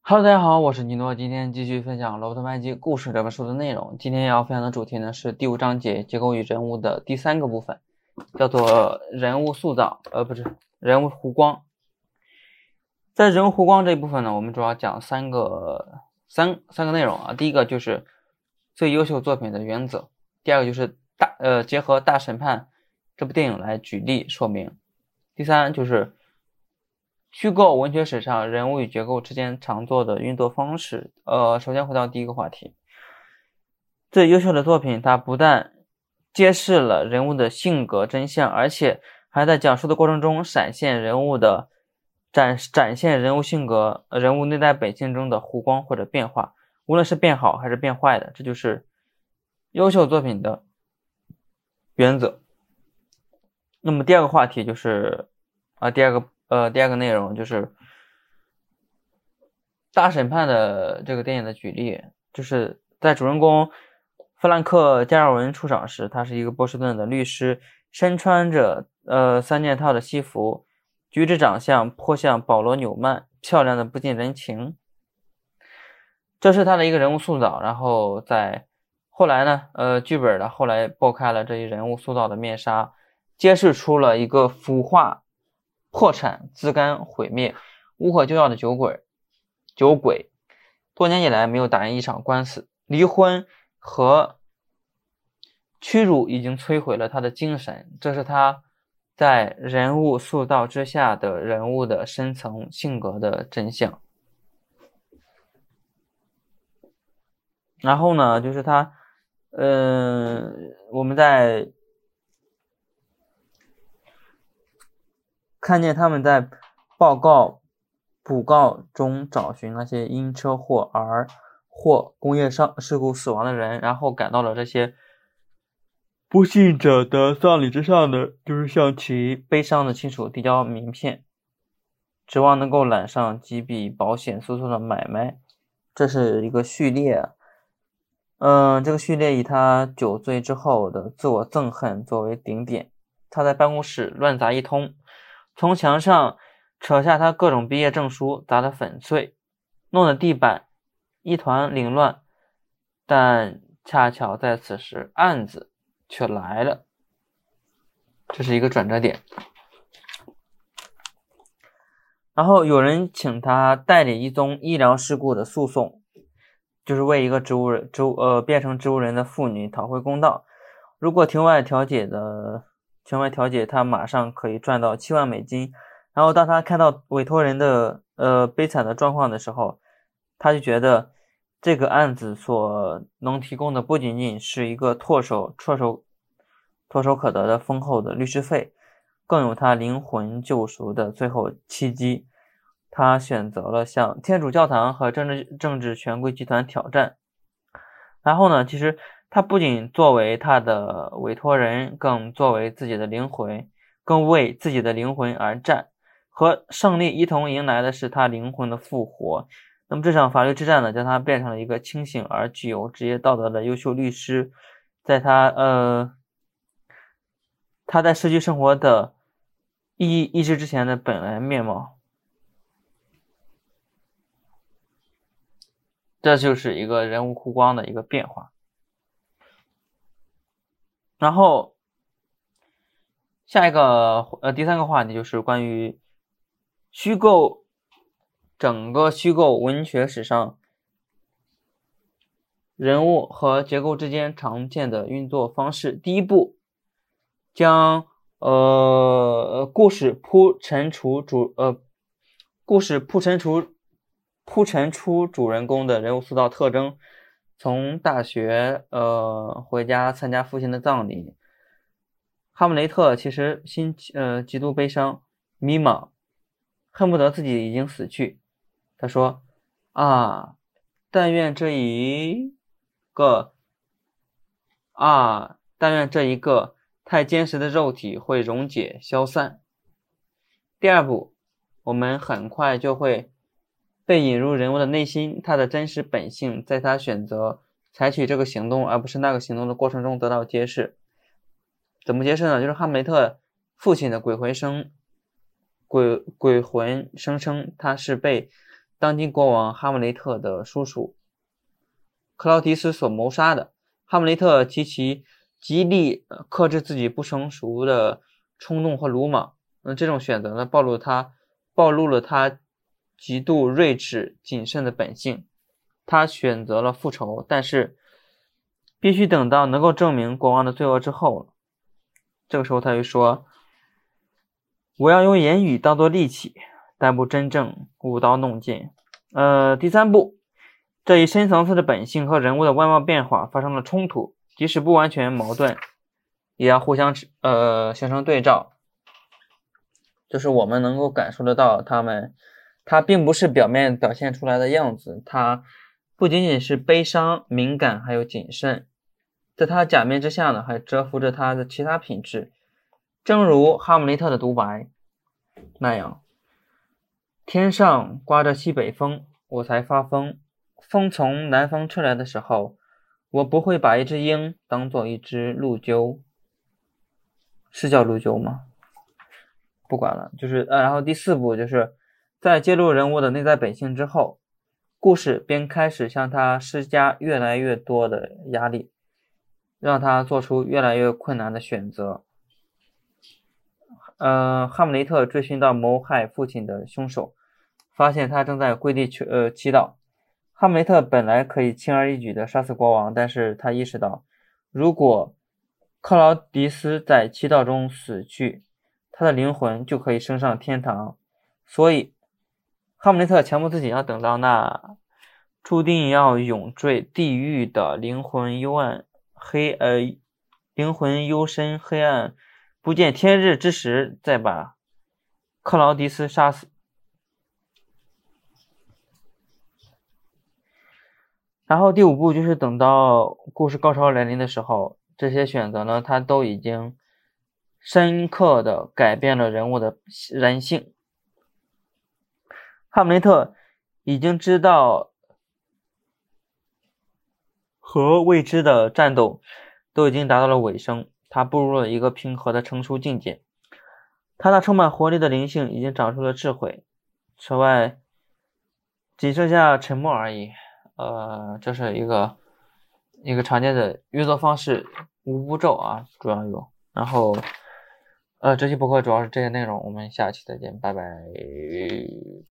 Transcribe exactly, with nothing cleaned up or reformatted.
Hello，大家好，我是尼诺，今天继续分享《罗伯特麦基故事》这本书的内容。今天要分享的主题呢是第五章节结构与人物的第三个部分，叫做人物塑造，呃，不是人物弧光。在人物弧光这一部分呢，我们主要讲三个三三个内容啊。第一个就是最优秀作品的原则，第二个就是大呃结合大审判这部电影来举例说明，第三就是虚构文学史上人物与结构之间常做的运作方式。呃，首先回到第一个话题，最优秀的作品，它不但揭示了人物的性格真相，而且还在讲述的过程中闪现人物的展展现人物性格、人物内在本性中的弧光或者变化，无论是变好还是变坏的，这就是优秀作品的原则。那么第二个话题就是啊，第二个呃第二个内容就是大审判的这个电影的举例，就是在主人公弗兰克·加尔文出场时，他是一个波士顿的律师，身穿着呃三件套的西服，举止长相颇像保罗·纽曼，漂亮的不近人情。这是他的一个人物塑造，然后在后来呢，呃，剧本的后来剥开了这一人物塑造的面纱，揭示出了一个腐化、破产、自甘、毁灭、无可救药的酒鬼。酒鬼多年以来没有打赢一场官司，离婚和屈辱已经摧毁了他的精神，这是他在人物塑造之下的人物的深层性格的真相。然后呢，就是他呃我们在看见他们在报告补告中找寻那些因车祸而或工业上事故死亡的人，然后赶到了这些不幸者的葬礼之上的，就是向其悲伤的亲属递交名片，指望能够揽上几笔保险诉讼的买卖。这是一个序列，嗯，这个序列以他酒醉之后的自我憎恨作为顶点。他在办公室乱砸一通，从墙上扯下他各种毕业证书，砸得粉碎，弄得地板一团凌乱。但恰巧在此时，案子却来了，这是一个转折点。然后有人请他代理一宗医疗事故的诉讼，就是为一个植物人植物呃变成植物人的妇女讨回公道。如果庭外调解的庭外调解，他马上可以赚到七万美金。然后当他看到委托人的呃悲惨的状况的时候，他就觉得这个案子所能提供的不仅仅是一个唾手唾手唾手可得的丰厚的律师费，更有他灵魂救赎的最后契机。他选择了向天主教堂和政治政治权贵集团挑战。然后呢，其实他不仅作为他的委托人，更作为自己的灵魂，更为自己的灵魂而战。和胜利一同迎来的是他灵魂的复活。那么这场法律之战呢，将他变成了一个清醒而具有职业道德的优秀律师。在他呃他在失去生活的意意志之前的本来面貌。这就是一个人物弧光的一个变化。然后下一个呃第三个话题就是关于虚构整个虚构文学史上人物和结构之间常见的运作方式。第一步，将呃故事铺陈出主呃故事铺陈出铺陈出主人公的人物塑造特征。从大学呃回家参加父亲的葬礼，哈姆雷特其实心呃极度悲伤迷茫，恨不得自己已经死去。他说啊，但愿这一个啊但愿这一个太坚实的肉体会溶解消散。第二步，我们很快就会被引入人物的内心，他的真实本性在他选择采取这个行动而不是那个行动的过程中得到揭示。怎么揭示呢？就是哈姆雷特父亲的鬼魂声鬼鬼魂声称他是被当今国王哈姆雷特的叔叔克劳迪斯所谋杀的。哈姆雷特极其极力克制自己不成熟的冲动和鲁莽，那这种选择呢，暴露他暴露了他极度睿智谨慎的本性。他选择了复仇，但是必须等到能够证明国王的罪恶之后了。这个时候他就说，我要用言语当作利器，但不真正舞刀弄剑。呃，第三步，这一深层次的本性和人物的外貌变化发生了冲突，即使不完全矛盾，也要互相呃形成对照。就是我们能够感受得到他们，他并不是表面表现出来的样子，他不仅仅是悲伤、敏感，还有谨慎，在他假面之下呢，还蛰伏着他的其他品质。正如哈姆雷特的独白那样，天上刮着西北风，我才发疯。风从南方吹来的时候，我不会把一只鹰当做一只鹿鸠。是叫鹿鸠吗？不管了，就是呃，然后第四步就是在揭露人物的内在本性之后，故事便开始向他施加越来越多的压力，让他做出越来越困难的选择。呃，哈姆雷特追寻到谋害父亲的凶手，发现他正在跪地求呃祈祷。哈姆雷特本来可以轻而易举地杀死国王，但是他意识到，如果克劳迪斯在祈祷中死去，他的灵魂就可以升上天堂。所以哈姆雷特强迫自己要等到那注定要永坠地狱的灵魂幽暗黑呃灵魂幽深黑暗不见天日之时，再把克劳迪斯杀死。然后第五步就是等到故事高潮来临的时候，这些选择呢，它都已经深刻的改变了人物的人性。哈姆雷特已经知道和未知的战斗都已经达到了尾声，他步入了一个平和的成熟境界。他那充满活力的灵性已经长出了智慧，此外仅剩下沉默而已。呃，这是一个一个常见的运作方式，五步骤啊，主要有。然后，呃，这期播客主要是这些内容，我们下期再见，拜拜。